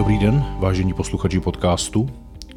Dobrý den, vážení posluchači podcastu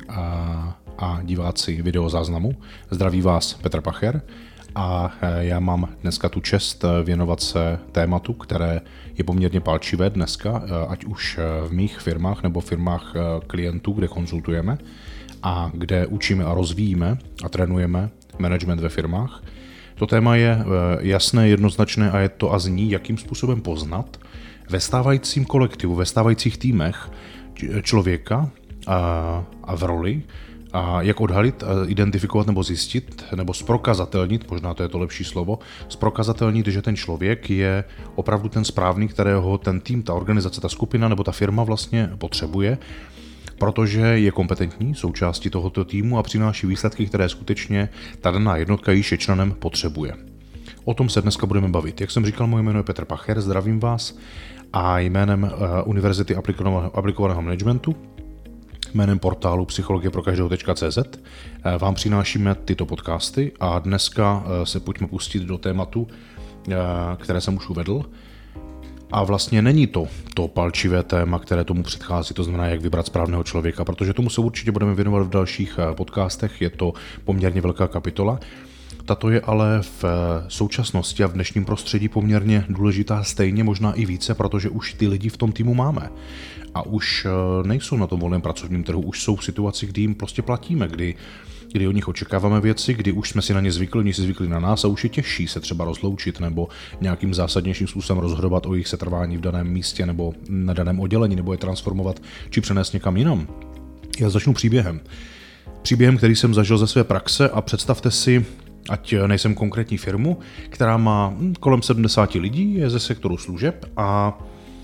a diváci videozáznamu. Zdraví vás Petr Pacher a já mám dneska tu čest věnovat se tématu, které je poměrně palčivé dneska, ať už v mých firmách nebo firmách klientů, kde konzultujeme a kde učíme a rozvíjíme a trénujeme management ve firmách. To téma je jasné, jednoznačné a je to a zní, jakým způsobem poznat ve stávajícím kolektivu, ve stávajících týmech člověka a v roli, a jak odhalit, identifikovat nebo zjistit, nebo zprokazatelnit, možná to je to lepší slovo, zprokazatelnit, že ten člověk je opravdu ten správný, kterého ten tým, ta organizace, ta skupina nebo ta firma vlastně potřebuje, protože je kompetentní součástí tohoto týmu a přináší výsledky, které skutečně ta daná jednotka již je členem potřebuje. O tom se dneska budeme bavit. Jak jsem říkal, moje jméno je Petr Pacher, zdravím vás a jménem Univerzity aplikovaného managementu, jménem portálu psychologie-pro-každého.cz vám přinášíme tyto podcasty a dneska se pojďme pustit do tématu, které jsem už uvedl. A vlastně není to palčivé téma, které tomu předchází, to znamená, jak vybrat správného člověka, protože tomu se určitě budeme věnovat v dalších podcastech, je to poměrně velká kapitola. Tato je ale v současnosti a v dnešním prostředí poměrně důležitá stejně, možná i více, protože už ty lidi v tom týmu máme. A už nejsou na tom volném pracovním trhu, už jsou v situaci, kdy jim prostě platíme, kdy od nich očekáváme věci, kdy už jsme si na ně zvykli, oni si zvykli na nás a už je těžší se třeba rozloučit nebo nějakým zásadnějším způsobem rozhodovat o jejich setrvání v daném místě nebo na daném oddělení nebo je transformovat či přenést někam jinam. Já začnu příběhem. Příběhem, který jsem zažil ze své praxe a představte si, ať nejsem konkrétní firmu, která má kolem 70 lidí, je ze sektoru služeb a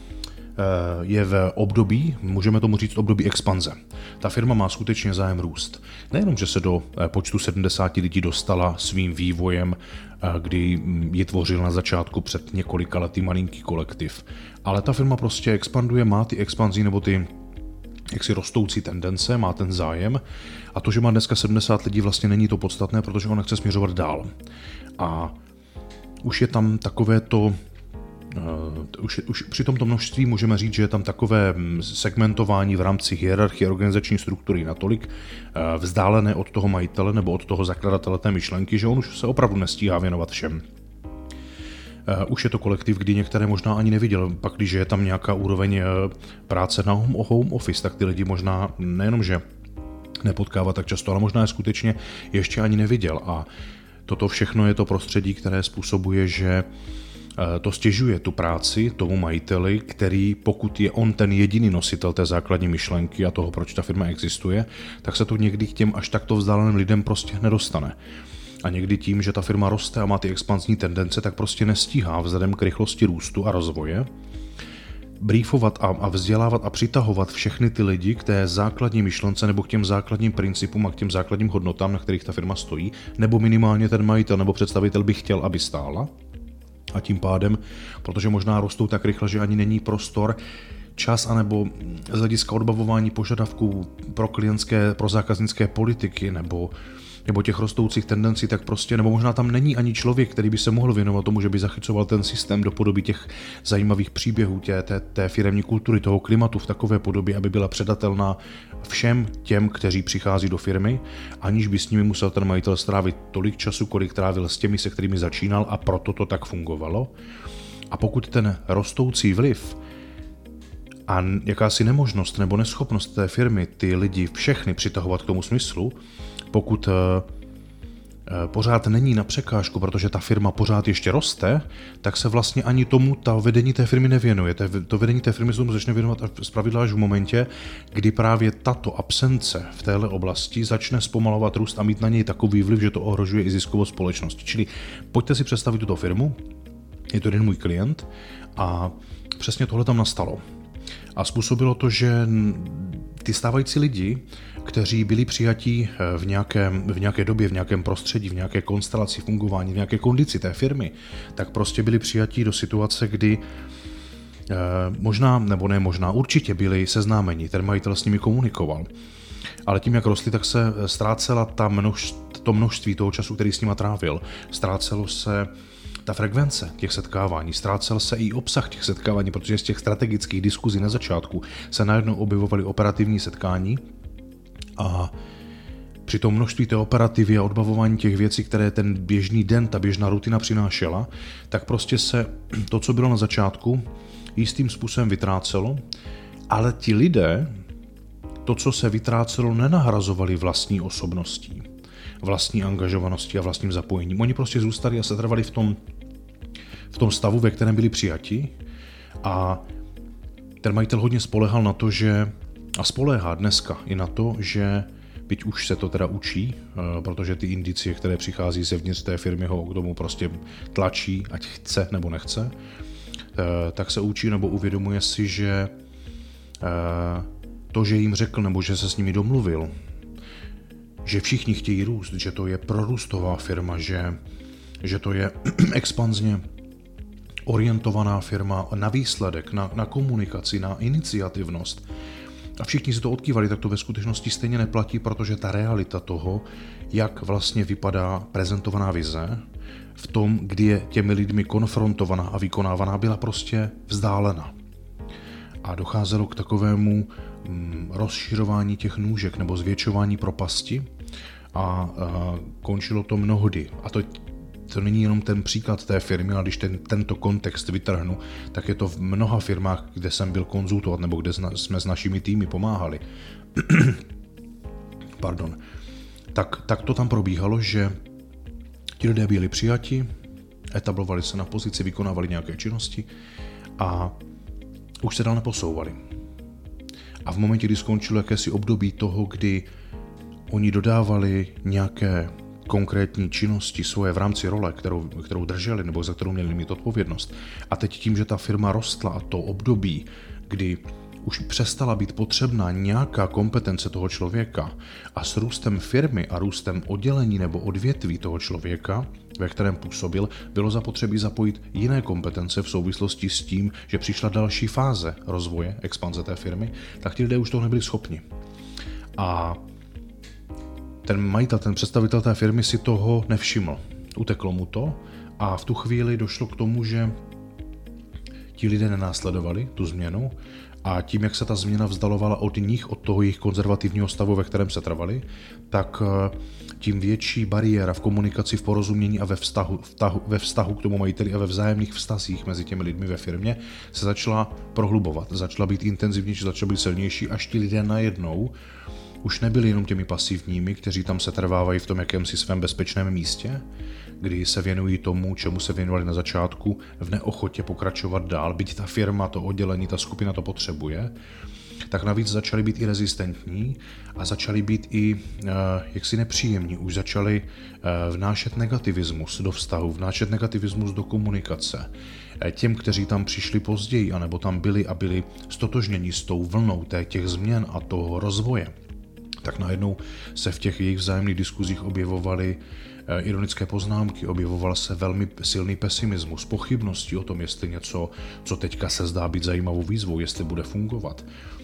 je v období, můžeme tomu říct období expanze. Ta firma má skutečně zájem růst. Nejenom, že se do počtu 70 lidí dostala svým vývojem, kdy ji tvořil na začátku před několika lety malinký kolektiv, ale ta firma prostě expanduje, má ty expanzí nebo ty jaksi rostoucí tendence, má ten zájem a to, že má dneska 70 lidí, vlastně není to podstatné, protože ona chce směřovat dál. A už je tam takové to, už při tomto množství můžeme říct, že je tam takové segmentování v rámci hierarchie organizační struktury natolik vzdálené od toho majitele nebo od toho zakladatele té myšlenky, že on už se opravdu nestíhá věnovat všem. Už je to kolektiv, kdy některé možná ani neviděl. Pak, když je tam nějaká úroveň práce na home office, tak ty lidi možná nejenom, že nepotkává tak často, ale možná je skutečně ještě ani neviděl. A toto všechno je to prostředí, které způsobuje, že to stěžuje tu práci tomu majiteli, který pokud je on ten jediný nositel té základní myšlenky a toho, proč ta firma existuje, tak se to někdy k těm až takto vzdáleným lidem prostě nedostane. A někdy tím, že ta firma roste a má ty expanzní tendence, tak prostě nestíhá vzhledem k rychlosti růstu a rozvoje briefovat a vzdělávat a přitahovat všechny ty lidi k té základní myšlence nebo k těm základním principům a k těm základním hodnotám, na kterých ta firma stojí, nebo minimálně ten majitel nebo představitel by chtěl, aby stála. A tím pádem, protože možná rostou tak rychle, že ani není prostor, čas anebo z hlediska odbavování požadavků pro zákaznické politiky nebo těch rostoucích tendencí, tak prostě, nebo možná tam není ani člověk, který by se mohl věnovat tomu, že by zachycoval ten systém do podoby těch zajímavých příběhů, té firemní kultury, toho klimatu v takové podobě, aby byla předatelná všem těm, kteří přichází do firmy, aniž by s nimi musel ten majitel strávit tolik času, kolik trávil s těmi, se kterými začínal a proto to tak fungovalo. A pokud ten rostoucí vliv a jakási nemožnost nebo neschopnost té firmy ty lidi všechny přitahovat k tomu smyslu, pokud pořád není na překážku, protože ta firma pořád ještě roste, tak se vlastně ani tomu ta vedení té firmy nevěnuje. To vedení té firmy se tomu začne věnovat zpravidla až v momentě, kdy právě tato absence v téhle oblasti začne zpomalovat růst a mít na něj takový vliv, že to ohrožuje i ziskovost společnosti. Čili pojďte si představit tuto firmu, je to jeden můj klient a přesně tohle tam nastalo. A způsobilo to, že ty stávající lidi, kteří byli přijatí v nějaké době, v nějakém prostředí, v nějaké konstelaci fungování, v nějaké kondici té firmy, tak prostě byli přijatí do situace, kdy možná, nebo ne možná, určitě byli seznámeni, ten majitel s nimi komunikoval. Ale tím, jak rostli, tak se ztrácela to množství toho času, který s nima trávil. Ztrácelo se ta frekvence těch setkávání, ztrácel se i obsah těch setkávání, protože z těch strategických diskuzí na začátku se najednou objevovaly operativní setkání a při tom množství té operativy a odbavování těch věcí, které ten běžný den, ta běžná rutina přinášela, tak prostě se to, co bylo na začátku, jistým způsobem vytrácelo, ale ti lidé to, co se vytrácelo, nenahrazovali vlastní osobností, vlastní angažovaností a vlastním zapojením. Oni prostě zůstali a setrvali v tom stavu, ve kterém byli přijati a ten majitel hodně spolehal na to, a spoléhá dneska i na to, že byť už se to teda učí, protože ty indicie, které přichází zevnitř té firmy, ho k tomu prostě tlačí, ať chce nebo nechce, tak se učí nebo uvědomuje si, že to, že jim řekl nebo že se s nimi domluvil, že všichni chtějí růst, že to je prorůstová firma, že to je expanzně orientovaná firma na výsledek, na komunikaci, na iniciativnost. A všichni si to odkývali, tak to ve skutečnosti stejně neplatí, protože ta realita toho, jak vlastně vypadá prezentovaná vize, v tom, kdy je těmi lidmi konfrontovaná a vykonávaná, byla prostě vzdálena. A docházelo k takovému rozšiřování těch nůžek nebo zvětšování propasti a končilo to mnohdy. A to není jenom ten příklad té firmy, ale když tento kontext vytrhnu, tak je to v mnoha firmách, kde jsem byl konzultovat nebo kde jsme s našimi týmy pomáhali. Pardon. Tak to tam probíhalo, že ti lidé byli přijati, etablovali se na pozici, vykonávali nějaké činnosti a už se dál neposouvali. A v momentě, kdy skončilo jakési období toho, kdy oni dodávali nějaké konkrétní činnosti svoje v rámci role, kterou drželi nebo za kterou měli mít odpovědnost. A teď tím, že ta firma rostla a to období, kdy už přestala být potřebná nějaká kompetence toho člověka a s růstem firmy a růstem oddělení nebo odvětví toho člověka, ve kterém působil, bylo zapotřebí zapojit jiné kompetence v souvislosti s tím, že přišla další fáze rozvoje, expanze té firmy, tak ti lidé už toho nebyli schopni. A ten majitel, ten představitel té firmy si toho nevšiml. Uteklo mu to a v tu chvíli došlo k tomu, že ti lidé nenásledovali tu změnu a tím, jak se ta změna vzdalovala od nich, od toho jejich konzervativního stavu, ve kterém se trvali, tak tím větší bariéra v komunikaci, v porozumění a ve vztahu k tomu majiteli a ve vzájemných vztazích mezi těmi lidmi ve firmě se začala prohlubovat, začala být intenzivnější, začala být silnější, až ti lidé najednou už nebyli jenom těmi pasivními, kteří tam se trvávají v tom jakémsi svém bezpečném místě, kdy se věnují tomu, čemu se věnovali na začátku, v neochotě pokračovat dál, byť ta firma, to oddělení, ta skupina to potřebuje, tak navíc začali být i rezistentní a začali být i jaksi nepříjemní. Už začali vnášet negativismus do vztahu, vnášet negativismus do komunikace. Těm, kteří tam přišli později, anebo tam byli a byli stotožněni s tou vlnou těch změn a toho rozvoje, tak najednou se v těch jejich vzájemných diskuzích objevovaly ironické poznámky, objevoval se velmi silný pesimismus, pochybnosti o tom, jestli něco, co teďka se zdá být zajímavou výzvou, jestli bude fungovat.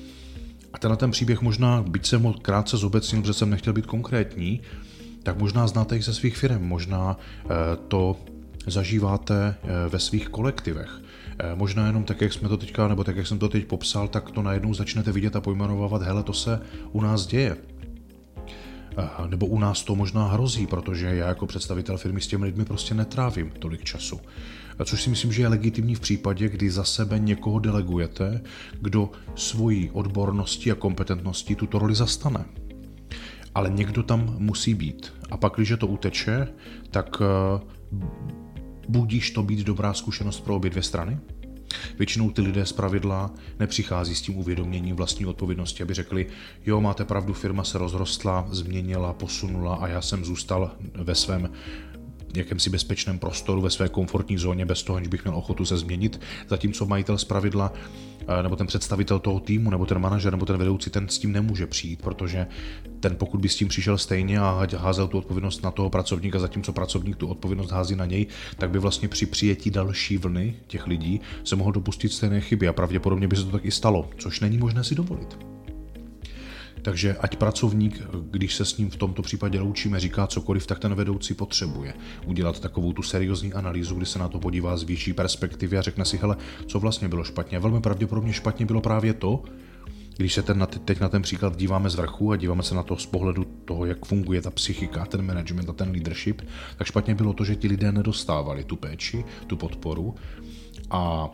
A ten příběh možná, byť jsem ho krátce zobecnil, protože jsem nechtěl být konkrétní, tak možná znáte i ze svých firem, možná to zažíváte ve svých kolektivech. Možná jenom tak, jak jsme to teďka, nebo tak, jak jsem to teď popsal, tak to najednou začnete vidět a pojmenovat, hele, to se u nás děje. Nebo u nás to možná hrozí, protože já jako představitel firmy s těmi lidmi prostě netrávím tolik času. Což si myslím, že je legitimní v případě, kdy za sebe někoho delegujete, kdo svojí odborností a kompetentností tuto roli zastane. Ale někdo tam musí být. A pak, když to uteče, tak budíš to být dobrá zkušenost pro obě dvě strany? Většinou ty lidé zpravidla nepřichází s tím uvědoměním vlastní odpovědnosti, aby řekli, jo, máte pravdu, firma se rozrostla, změnila, posunula a já jsem zůstal ve svém jakémsi bezpečném prostoru, ve své komfortní zóně, bez toho, aniž bych měl ochotu se změnit, zatímco majitel zpravidla, nebo ten představitel toho týmu, nebo ten manažer, nebo ten vedoucí, ten s tím nemůže přijít, protože ten, pokud by s tím přišel stejně a házel tu odpovědnost na toho pracovníka, zatímco pracovník tu odpovědnost hází na něj, tak by vlastně při přijetí další vlny těch lidí se mohl dopustit stejné chyby a pravděpodobně by se to tak i stalo, což není možné si dovolit. Takže ať pracovník, když se s ním v tomto případě loučíme, říká cokoliv, tak ten vedoucí potřebuje udělat takovou tu seriózní analýzu, kdy se na to podívá z vyšší perspektivy a řekne si, hele, co vlastně bylo špatně. Velmi pravděpodobně špatně bylo právě to, když se teď na ten příklad díváme z vrchu a díváme se na to z pohledu toho, jak funguje ta psychika, ten management a ten leadership, tak špatně bylo to, že ti lidé nedostávali tu péči, tu podporu a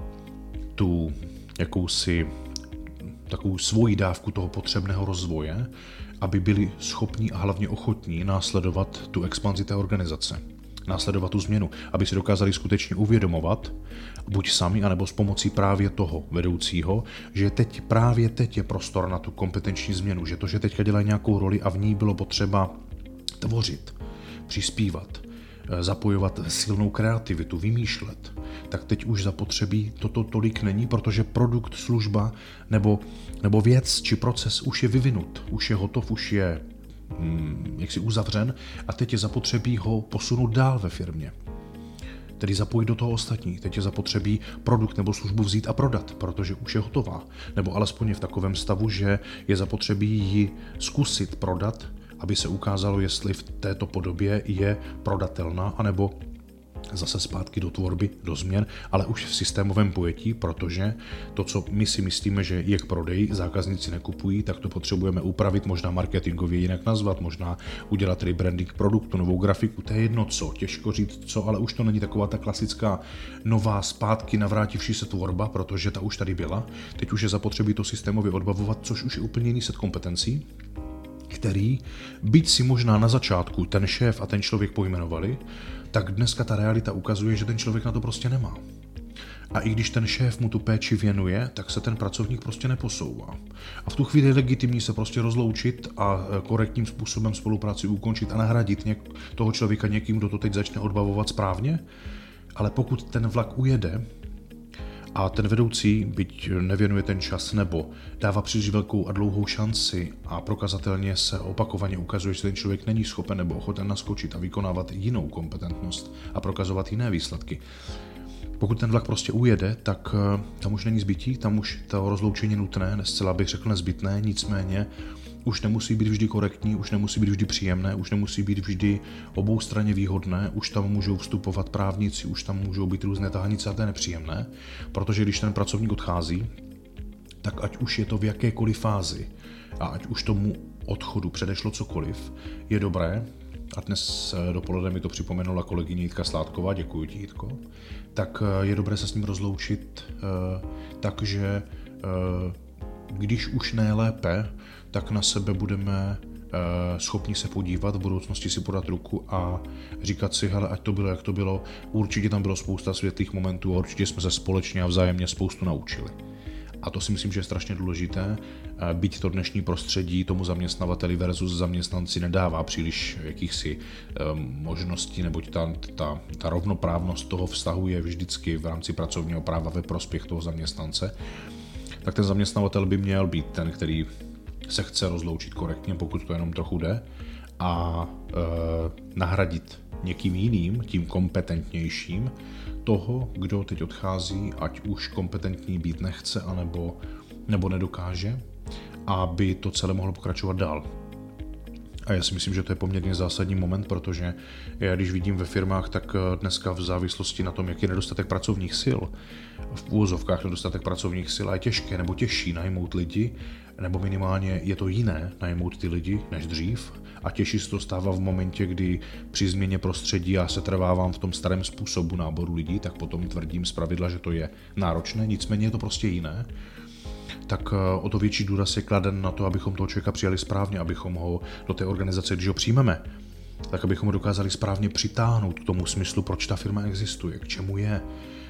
tu jakousi takovou svoji dávku toho potřebného rozvoje, aby byli schopní a hlavně ochotní následovat tu expanzi té organizace, následovat tu změnu, aby si dokázali skutečně uvědomovat, buď sami, anebo s pomocí právě toho vedoucího, že právě teď je prostor na tu kompetenční změnu, že to, že teďka dělají nějakou roli a v ní bylo potřeba tvořit, přispívat, zapojovat silnou kreativitu, vymýšlet, tak teď už zapotřebí toto tolik není, protože produkt, služba nebo věc či proces už je vyvinut, už je hotov, už je jaksi uzavřen a teď je zapotřebí ho posunout dál ve firmě. Tedy zapojit do toho ostatní. Teď je zapotřebí produkt nebo službu vzít a prodat, protože už je hotová. Nebo alespoň je v takovém stavu, že je zapotřebí ji zkusit prodat, aby se ukázalo, jestli v této podobě je prodatelná, anebo zase zpátky do tvorby, do změn, ale už v systémovém pojetí, protože to, co my si myslíme, že je k prodeji, zákazníci nekupují, tak to potřebujeme upravit, možná marketingově jinak nazvat, možná udělat rebranding produktu, novou grafiku, to je jedno co, těžko říct co, ale už to není taková ta klasická nová zpátky navrátivší se tvorba, protože ta už tady byla. Teď už je zapotřebí to systémově odbavovat, což už je úplně jiný set kompetencí, který, byť si možná na začátku ten šéf a ten člověk pojmenovali, tak dneska ta realita ukazuje, že ten člověk na to prostě nemá. A i když ten šéf mu tu péči věnuje, tak se ten pracovník prostě neposouvá. A v tu chvíli je legitimní se prostě rozloučit a korektním způsobem spolupráci ukončit a nahradit toho člověka někým, kdo to teď začne odbavovat správně. Ale pokud ten vlak ujede a ten vedoucí, byť nevěnuje ten čas nebo dává příliš velkou a dlouhou šanci a prokazatelně se opakovaně ukazuje, že ten člověk není schopen nebo ochoten naskočit a vykonávat jinou kompetentnost a prokazovat jiné výsledky. Pokud ten vlak prostě ujede, tak tam už není zbytí, tam už to rozloučení nutné, zcela bych řekl nezbytné, nicméně už nemusí být vždy korektní, už nemusí být vždy příjemné, už nemusí být vždy oboustranně výhodné, už tam můžou vstupovat právníci, už tam můžou být různé tahanice a to je nepříjemné, protože když ten pracovník odchází, tak ať už je to v jakékoliv fázi a ať už tomu odchodu předešlo cokoliv, je dobré, a dnes dopoledne mi to připomenula kolegyně Jitka Sládková, děkuji ti Jitko, tak je dobré se s ním rozloučit, takže když už ne lépe, tak na sebe budeme schopni se podívat, v budoucnosti si podat ruku a říkat si, hele, ať to bylo, jak to bylo, určitě tam bylo spousta světlých momentů a určitě jsme se společně a vzájemně spoustu naučili. A to si myslím, že je strašně důležité, byť to dnešní prostředí tomu zaměstnavateli versus zaměstnanci nedává příliš jakýchsi možností, neboť ta rovnoprávnost toho vztahu je vždycky v rámci pracovního práva ve prospěch toho zaměstnance, tak ten zaměstnavatel by měl být ten, který se chce rozloučit korektně, pokud to jenom trochu jde, a nahradit někým jiným, tím kompetentnějším, toho, kdo teď odchází, ať už kompetentní být nechce, nebo nedokáže, aby to celé mohlo pokračovat dál. A já si myslím, že to je poměrně zásadní moment, protože já když vidím ve firmách, tak dneska v závislosti na tom, jak je nedostatek pracovních sil, v úvozovkách nedostatek pracovních sil, a je těžké nebo těžší najmout lidi, nebo minimálně je to jiné najmout ty lidi než dřív a těžší se to stává v momentě, kdy při změně prostředí já se trvávám v tom starém způsobu náboru lidí, tak potom tvrdím zpravidla, že to je náročné, nicméně je to prostě jiné. Tak o to větší důraz je kladen na to, abychom toho člověka přijali správně, abychom ho do té organizace, když ho přijmeme, tak abychom ho dokázali správně přitáhnout k tomu smyslu, proč ta firma existuje, k čemu je,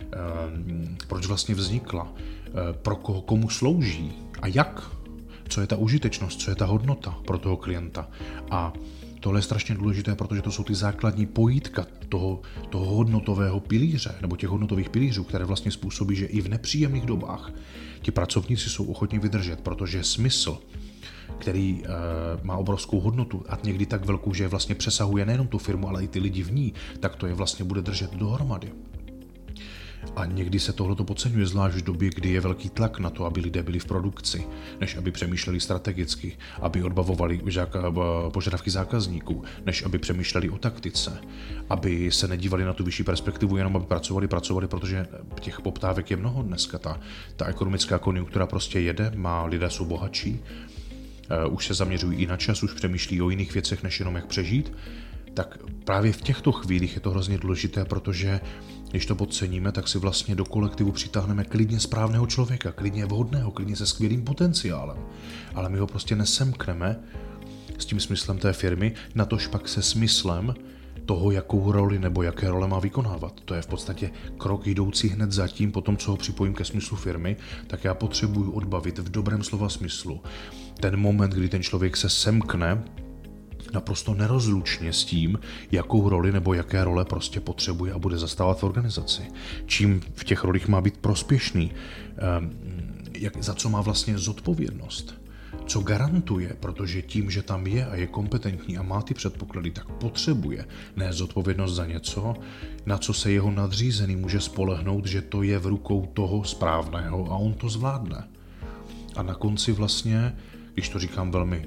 proč vlastně vznikla, pro koho, komu slouží a jak, co je ta užitečnost, co je ta hodnota pro toho klienta. A tohle je strašně důležité, protože to jsou ty základní pojítka toho hodnotového pilíře, nebo těch hodnotových pilířů, které vlastně způsobí, že i v nepříjemných dobách ti pracovníci jsou ochotní vydržet, protože smysl, který má obrovskou hodnotu a někdy tak velkou, že vlastně přesahuje nejenom tu firmu, ale i ty lidi v ní, tak to je vlastně bude držet dohromady. A někdy se tohleto podceňuje, zvlášť v době, kdy je velký tlak na to, aby lidé byli v produkci, než aby přemýšleli strategicky, aby odbavovali požadavky zákazníků, než aby přemýšleli o taktice, aby se nedívali na tu vyšší perspektivu, jenom aby pracovali, protože těch poptávek je mnoho dneska. Ta ekonomická konjunktura prostě jede, lidé jsou bohatší, už se zaměřují i na čas, už přemýšlí o jiných věcech, než jenom jak přežít. Tak právě v těchto chvílích je to hrozně důležité, protože když to podceníme, tak si vlastně do kolektivu přitáhneme klidně správného člověka, klidně vhodného, klidně se skvělým potenciálem. Ale my ho prostě nesemkneme s tím smyslem té firmy, natož pak se smyslem toho, jakou roli nebo jaké role má vykonávat. To je v podstatě krok jdoucí hned za tím, potom co ho připojím ke smyslu firmy, tak já potřebuju odbavit v dobrém slova smyslu ten moment, kdy ten člověk se semkne naprosto nerozlučně s tím, jakou roli nebo jaké role prostě potřebuje a bude zastávat v organizaci. Čím v těch rolích má být prospěšný, za co má vlastně zodpovědnost, co garantuje, protože tím, že tam je a je kompetentní a má ty předpoklady, tak potřebuje nést zodpovědnost za něco, na co se jeho nadřízený může spolehnout, že to je v rukou toho správného a on to zvládne. A na konci vlastně, když to říkám velmi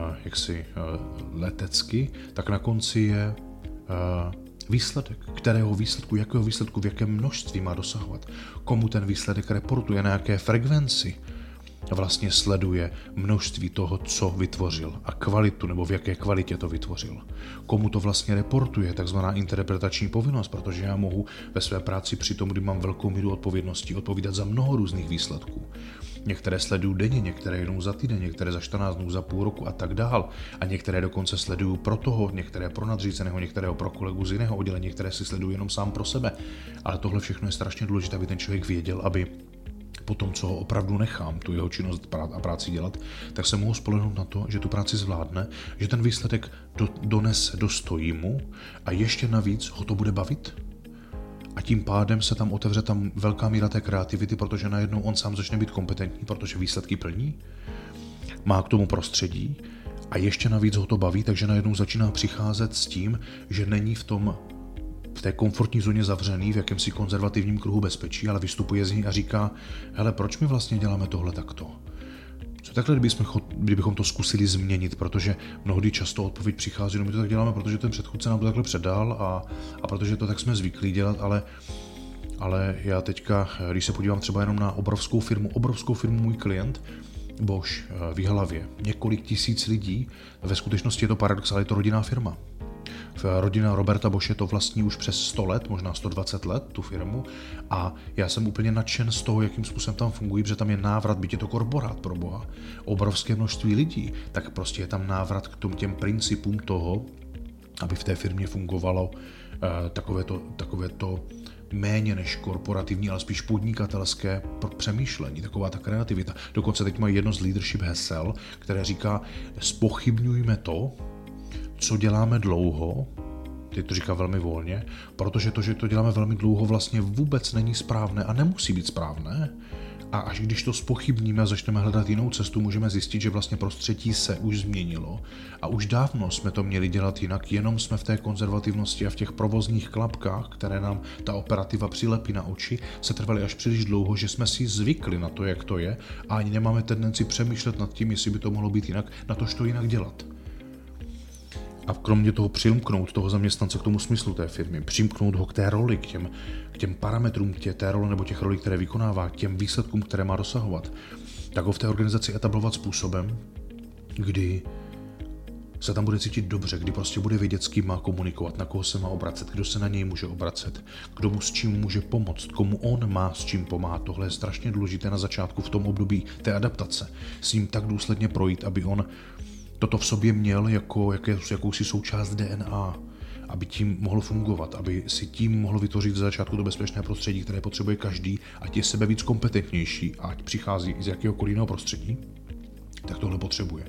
letecky, tak na konci je výsledek. Jakého výsledku, v jakém množství má dosahovat. Komu ten výsledek reportuje, na jaké frekvenci vlastně sleduje množství toho, co vytvořil a kvalitu, nebo v jaké kvalitě to vytvořil. Komu to vlastně reportuje, takzvaná interpretační povinnost, protože já mohu ve své práci při tom, kdy mám velkou míru odpovědnosti, odpovídat za mnoho různých výsledků. Některé sleduju denně, některé jenom za týden, některé za 14 dnů, za půl roku a tak dál. A některé dokonce sleduju pro toho, některé pro nadřízeného, některého pro kolegu z jiného oddělení, některé si sleduju jenom sám pro sebe. Ale tohle všechno je strašně důležité, aby ten člověk věděl, aby po tom, co ho opravdu nechám, tu jeho činnost a práci dělat, tak se mohu spolehnout na to, že tu práci zvládne, že ten výsledek dostojí mu a ještě navíc ho to bude bavit. A tím pádem se tam otevře velká míra té kreativity, protože najednou on sám začne být kompetentní, protože výsledky plní, má k tomu prostředí a ještě navíc ho to baví, takže najednou začíná přicházet s tím, že není v té komfortní zóně zavřený v jakémsi konzervativním kruhu bezpečí, ale vystupuje z ní a říká, hele, proč my vlastně děláme tohle takto? Co takhle, kdybychom to zkusili změnit, protože mnohdy často odpověď přichází, no my to tak děláme, protože ten předchůdce nám to takhle předal a protože to tak jsme zvyklí dělat, ale já teďka, když se podívám třeba jenom na obrovskou firmu můj klient, Bosch v Jihlavě, několik tisíc lidí, ve skutečnosti je to paradox, ale je to rodinná firma. Rodina Roberta Bosche to vlastní už přes 100 let, možná 120 let, tu firmu, a já jsem úplně nadšen z toho, jakým způsobem tam fungují, protože tam je návrat, byť je to korporát pro boha, obrovské množství lidí, tak prostě je tam návrat k těm principům toho, aby v té firmě fungovalo takové to méně než korporativní, ale spíš podnikatelské přemýšlení, taková ta kreativita. Dokonce teď mají jedno z leadership hesel, které říká, zpochybňujme to, co děláme dlouho, teď to říká velmi volně, protože to, že to děláme velmi dlouho, vlastně vůbec není správné a nemusí být správné. A až když to zpochybníme a začneme hledat jinou cestu, můžeme zjistit, že vlastně prostředí se už změnilo a už dávno jsme to měli dělat jinak, jenom jsme v té konzervativnosti a v těch provozních klapkách, které nám ta operativa přilepí na oči, se trvaly až příliš dlouho, že jsme si zvykli na to, jak to je a ani nemáme tendenci přemýšlet nad tím, jestli by to mohlo být jinak, na to jinak dělat. A kromě toho přimknout toho zaměstnance k tomu smyslu té firmy, přimknout ho k té roli, k těm parametrům té role nebo těch rolí, které vykonává, k těm výsledkům, které má dosahovat, tak ho v té organizaci etablovat způsobem, kdy se tam bude cítit dobře, kdy prostě bude vědět, s kým má komunikovat, na koho se má obracet, kdo se na něj může obracet, kdo mu s čím může pomoct, komu on má s čím pomáhat. Tohle je strašně důležité na začátku v tom období té adaptace. S ním tak důsledně projít, aby on toto v sobě měl jako jakousi součást DNA, aby tím mohl fungovat, aby si tím mohl vytvořit za začátku to bezpečné prostředí, které potřebuje každý, ať je sebe víc kompetentnější, ať přichází z jakéhokoliv jiného prostředí, tak tohle potřebuje.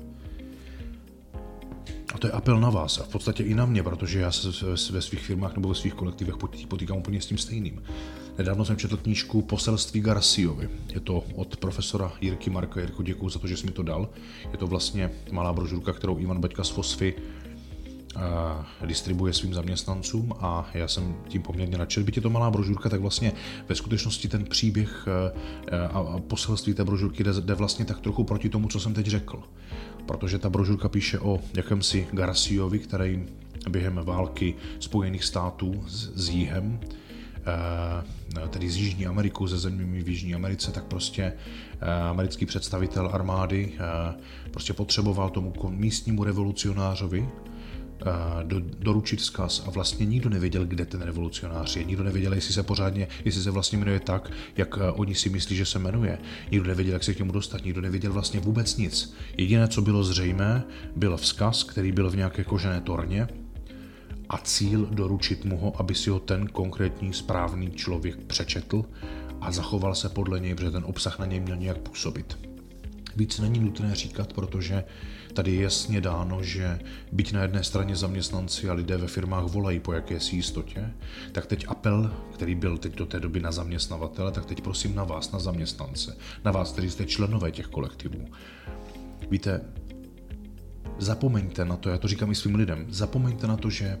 A to je apel na vás a v podstatě i na mě, protože já se ve svých firmách nebo ve svých kolektivech potýkám úplně s tím stejným. Nedávno jsem četl knížku Poselství Garciovi. Je to od profesora Jirky Marka. Jirko, děkuju za to, že jsi mi to dal. Je to vlastně malá brožurka, kterou Ivan Baťka z Fosfy distribuje svým zaměstnancům a já jsem tím poměrně nadšen. Byť je to malá brožurka, tak vlastně ve skutečnosti ten příběh a poselství té brožurky jde vlastně tak trochu proti tomu, co jsem teď řekl. Protože ta brožurka píše o jakémsi Garciovi, který během války Spojených států s Jihem, tedy z Jižní Amerikou, ze zeměmi v Jižní Americe, tak prostě americký představitel armády prostě potřeboval tomu místnímu revolucionářovi doručit vzkaz a vlastně nikdo nevěděl, kde ten revolucionář je. Nikdo nevěděl, jestli se vlastně jmenuje tak, jak oni si myslí, že se jmenuje. Nikdo nevěděl, jak se k němu dostat. Nikdo nevěděl vlastně vůbec nic. Jediné, co bylo zřejmé, byl vzkaz, který byl v nějaké kožené torně a cíl doručit mu ho, aby si ho ten konkrétní správný člověk přečetl a zachoval se podle něj, protože ten obsah na něj měl nějak působit. Víc není nutné říkat, protože tady je jasně dáno, že byť na jedné straně zaměstnanci a lidé ve firmách volají po jakési jistotě, tak teď apel, který byl teď do té doby na zaměstnavatele, tak teď prosím na vás, na zaměstnance, na vás, kteří jste členové těch kolektivů. Víte, zapomeňte na to, já to říkám i svým lidem, zapomeňte na to, že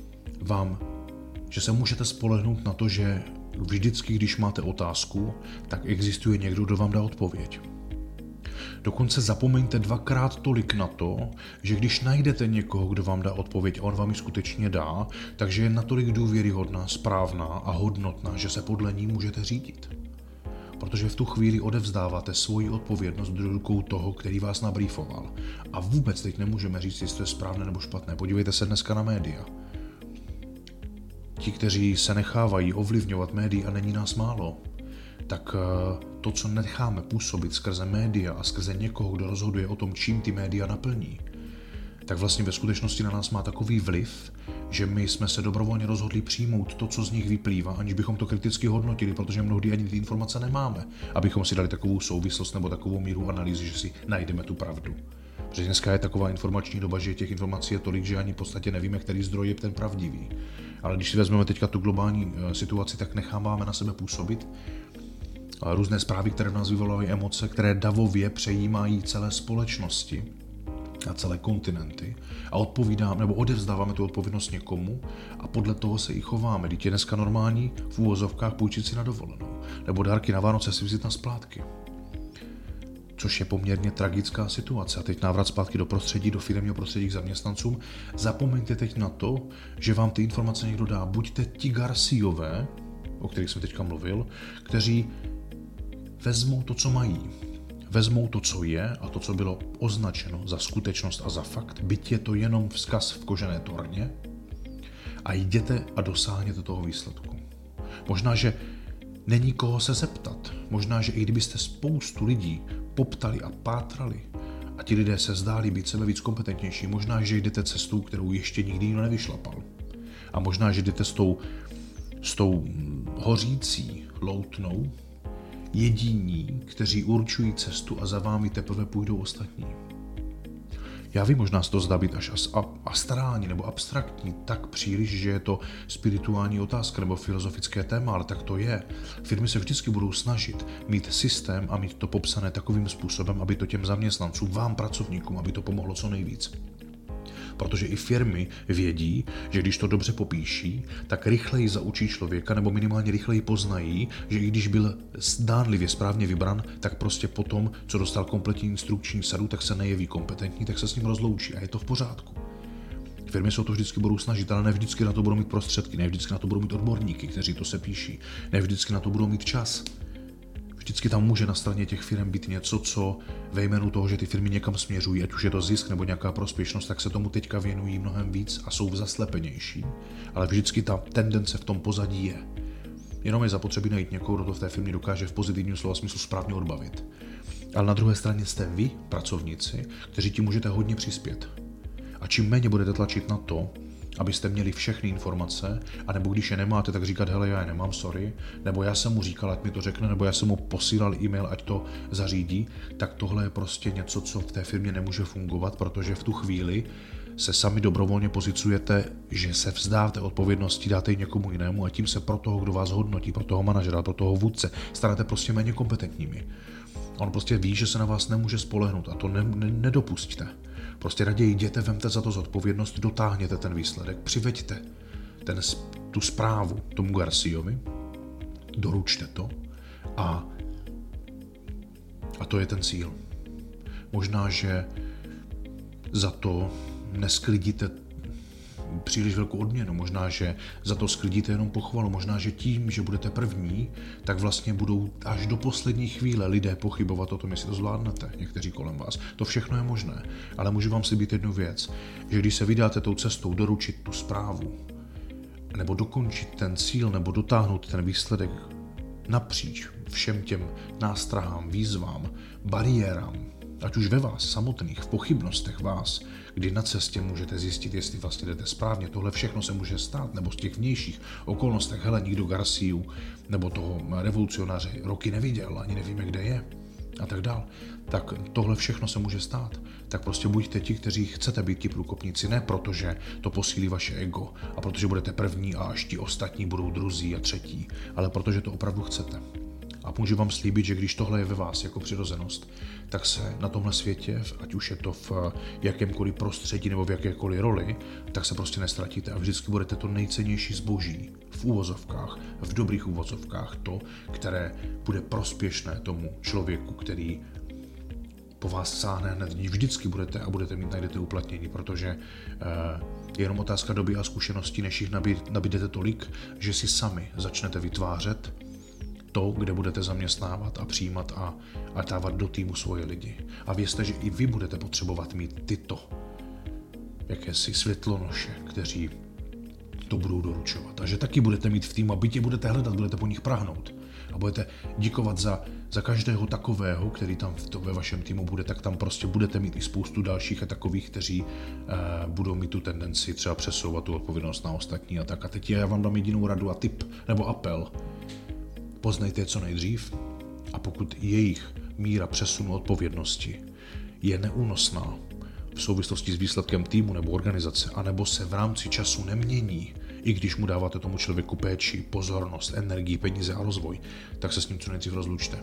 se můžete spolehnout na to, že vždycky, když máte otázku, tak existuje někdo, kdo vám dá odpověď. Dokonce zapomeňte dvakrát tolik na to, že když najdete někoho, kdo vám dá odpověď a on vám ji skutečně dá, takže je natolik důvěryhodná, správná a hodnotná, že se podle ní můžete řídit. Protože v tu chvíli odevzdáváte svoji odpovědnost do rukou toho, který vás nabrýfoval. A vůbec teď nemůžeme říct, jestli to je správné nebo špatné. Podívejte se dneska na média. Ti, kteří se nechávají ovlivňovat médií, a není nás málo, tak to, co necháme působit skrze média a skrze někoho, kdo rozhoduje o tom, čím ty média naplní, tak vlastně ve skutečnosti na nás má takový vliv, že my jsme se dobrovolně rozhodli přijmout to, co z nich vyplývá, aniž bychom to kriticky hodnotili, protože mnohdy ani ty informace nemáme, abychom si dali takovou souvislost nebo takovou míru analýzy, že si najdeme tu pravdu. Protože dneska je taková informační doba, že těch informací je tolik, že ani v podstatě nevíme, který zdroj je ten pravdivý. Ale když si vezmeme teďka tu globální situaci, tak necháváme na sebe působit různé zprávy, které v nás vyvolávají emoce, které davově přejímají celé společnosti a celé kontinenty a odevzdáváme tu odpovědnost někomu a podle toho se i chováme. Teď je dneska normální v úvozovkách půjčit si na dovolenou nebo dárky na Vánoce si vzít na splátky. Což je poměrně tragická situace. A teď návrat zpátky do prostředí, do firemního prostředí k zaměstnancům. Zapomeňte teď na to, že vám ty informace někdo dá. Buďte ti Garciové, o kterých jsem teďka mluvil, kteří vezmou to, co mají. Vezmou to, co je a to, co bylo označeno za skutečnost a za fakt, byť je to jenom vzkaz v kožené torně, a jděte a dosáhněte toho výsledku. Možná, že není koho se zeptat. Možná, že i kdybyste spoustu lidí poptali a pátrali a ti lidé se zdáli být sebe víc kompetentnější, možná, že jdete cestou, kterou ještě nikdy nikdo nevyšlapal. A možná, že jdete s tou hořící loutnou, jediní, kteří určují cestu a za vámi teprve půjdou ostatní. Já vím, možná se to zdá být až astrální nebo abstraktní, tak příliš, že je to spirituální otázka nebo filozofické téma, ale tak to je. Firmy se vždycky budou snažit mít systém a mít to popsané takovým způsobem, aby to těm zaměstnancům, vám pracovníkům, aby to pomohlo co nejvíc. Protože i firmy vědí, že když to dobře popíší, tak rychleji zaučí člověka nebo minimálně rychleji poznají, že i když byl zdánlivě správně vybran, tak prostě potom, co dostal kompletní instrukční sadu, tak se nejeví kompetentní, tak se s ním rozloučí a je to v pořádku. Firmy se o to vždycky budou snažit, ale ne vždycky na to budou mít prostředky, ne vždycky na to budou mít odborníky, kteří to sepíší, ne vždycky na to budou mít čas. Vždycky tam může na straně těch firm být něco, co ve jménu toho, že ty firmy někam směřují, ať už je to zisk nebo nějaká prospěšnost, tak se tomu teďka věnují mnohem víc a jsou zaslepenější. Ale vždycky ta tendence v tom pozadí je. Jenom je zapotřebí najít někoho, kdo to v té firmě dokáže v pozitivním slova smyslu správně odbavit. Ale na druhé straně jste vy, pracovníci, kteří ti můžete hodně přispět. A čím méně budete tlačit na to, abyste měli všechny informace, anebo když je nemáte, tak říkat, hele, já je nemám, sorry, nebo já jsem mu říkal, ať mi to řekne, nebo já jsem mu posílal e-mail, ať to zařídí, tak tohle je prostě něco, co v té firmě nemůže fungovat, protože v tu chvíli se sami dobrovolně pozicujete, že se vzdáte odpovědnosti, dáte ji někomu jinému a tím se pro toho, kdo vás hodnotí, pro toho manažera, pro toho vůdce, staráte prostě méně kompetentními. On prostě ví, že se na vás nemůže spolehnout a to nedopusťte. Prostě raději jděte, vemte za to zodpovědnost, dotáhněte ten výsledek, přiveďte tu zprávu tomu Garciovi, doručte to a to je ten cíl. Možná, že za to nesklidíte příliš velkou odměnu, možná, že za to sklidíte jenom pochvalu, možná, že tím, že budete první, tak vlastně budou až do poslední chvíle lidé pochybovat o tom, jestli to zvládnete, někteří kolem vás. To všechno je možné, ale můžu vám slíbit jednu věc, že když se vydáte tou cestou doručit tu zprávu, nebo dokončit ten cíl, nebo dotáhnout ten výsledek napříč všem těm nástrahám, výzvám, bariérám, ať už ve vás samotných, v pochybnostech vás, kdy na cestě můžete zjistit, jestli vlastně jdete správně, tohle všechno se může stát, nebo z těch vnějších okolnostech, hele, nikdo Garciu nebo toho revolucionáře roky neviděl, ani nevíme, kde je a tak dál, tak tohle všechno se může stát. Tak prostě buďte ti, kteří chcete být ti průkopníci, ne protože to posílí vaše ego a protože budete první a až ti ostatní budou druzí a třetí, ale protože to opravdu chcete. A můžu vám slíbit, že když tohle je ve vás jako přirozenost, tak se na tomhle světě, ať už je to v jakémkoliv prostředí nebo v jakékoliv roli, tak se prostě nestratíte a vždycky budete to nejcennější zboží v úvozovkách, v dobrých úvozovkách, to, které bude prospěšné tomu člověku, který po vás sáhne hned. Vždycky budete mít, najdete uplatnění, protože je jenom otázka doby a zkušeností, než jich nabídete tolik, že si sami začnete vytvářet to, kde budete zaměstnávat a přijímat a dávat do týmu svoje lidi. A vězte, že i vy budete potřebovat mít tyto jakési světlonoše, kteří to budou doručovat. A že taky budete mít v týmu a byť je budete hledat, budete po nich prahnout. A budete děkovat za každého takového, který tam ve vašem týmu bude, tak tam prostě budete mít i spoustu dalších a takových, kteří budou mít tu tendenci třeba přesouvat tu odpovědnost na ostatní a tak. A teď já vám dám jedinou radu a tip nebo apel. Poznejte je co nejdřív a pokud jejich míra přesunu odpovědnosti je neúnosná v souvislosti s výsledkem týmu nebo organizace, anebo se v rámci času nemění, i když mu dáváte tomu člověku péči, pozornost, energii, peníze a rozvoj, tak se s ním co nejdřív rozlučte.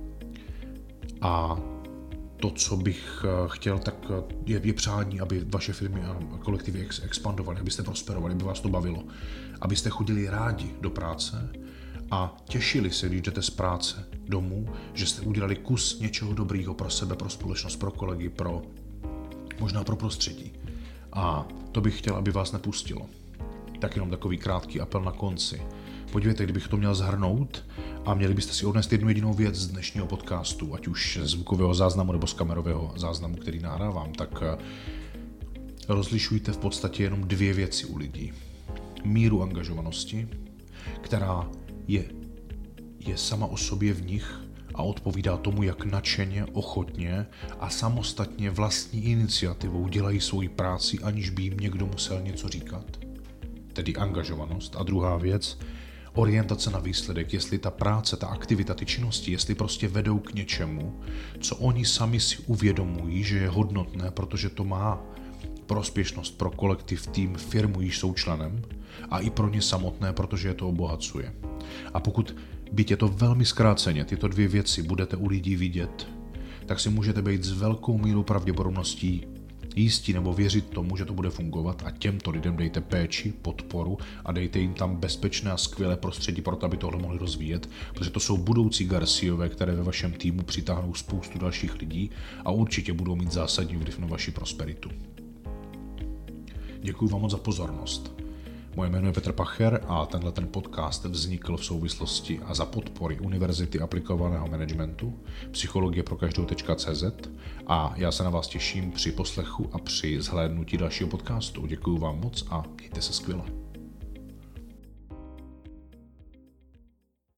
A to, co bych chtěl, tak je přání, aby vaše firmy a kolektivy expandovaly, abyste prosperovali, aby vás to bavilo, abyste chodili rádi do práce a těšili se, když jdete z práce domů, že jste udělali kus něčeho dobrýho pro sebe, pro společnost, pro kolegy, možná pro prostředí. A to bych chtěl, aby vás nepustilo. Tak jenom takový krátký apel na konci. Podívejte, kdybych to měl shrnout a měli byste si odnést jednu jedinou věc z dnešního podcastu, ať už z zvukového záznamu nebo z kamerového záznamu, který nahrávám, tak rozlišujte v podstatě jenom dvě věci u lidí. Míru angažovanosti, která je sama o sobě v nich a odpovídá tomu, jak nadšeně, ochotně a samostatně vlastní iniciativou dělají svoji práci, aniž by jim někdo musel něco říkat. Tedy angažovanost. A druhá věc, orientace na výsledek, jestli ta práce, ta aktivita, ty činnosti, jestli prostě vedou k něčemu, co oni sami si uvědomují, že je hodnotné, protože to má prospěšnost pro kolektiv, tým, firmu, již jsou členem, a i pro ně samotné, protože je to obohacuje. A pokud byť je to velmi zkráceně, tyto dvě věci budete u lidí vidět, tak si můžete být s velkou mírou pravděpodobností jistí nebo věřit tomu, že to bude fungovat a těmto lidem dejte péči, podporu a dejte jim tam bezpečné a skvělé prostředí pro to, aby tohle mohli rozvíjet, protože to jsou budoucí Garciové, které ve vašem týmu přitáhnou spoustu dalších lidí a určitě budou mít zásadní vliv na vaši prosperitu. Děkuji vám moc za pozornost. Moje jméno je Petr Pacher a ten podcast vznikl v souvislosti a za podpory Univerzity aplikovaného managementu psychologie pro každou.cz a já se na vás těším při poslechu a při zhlédnutí dalšího podcastu. Děkuji vám moc a mějte se skvěle.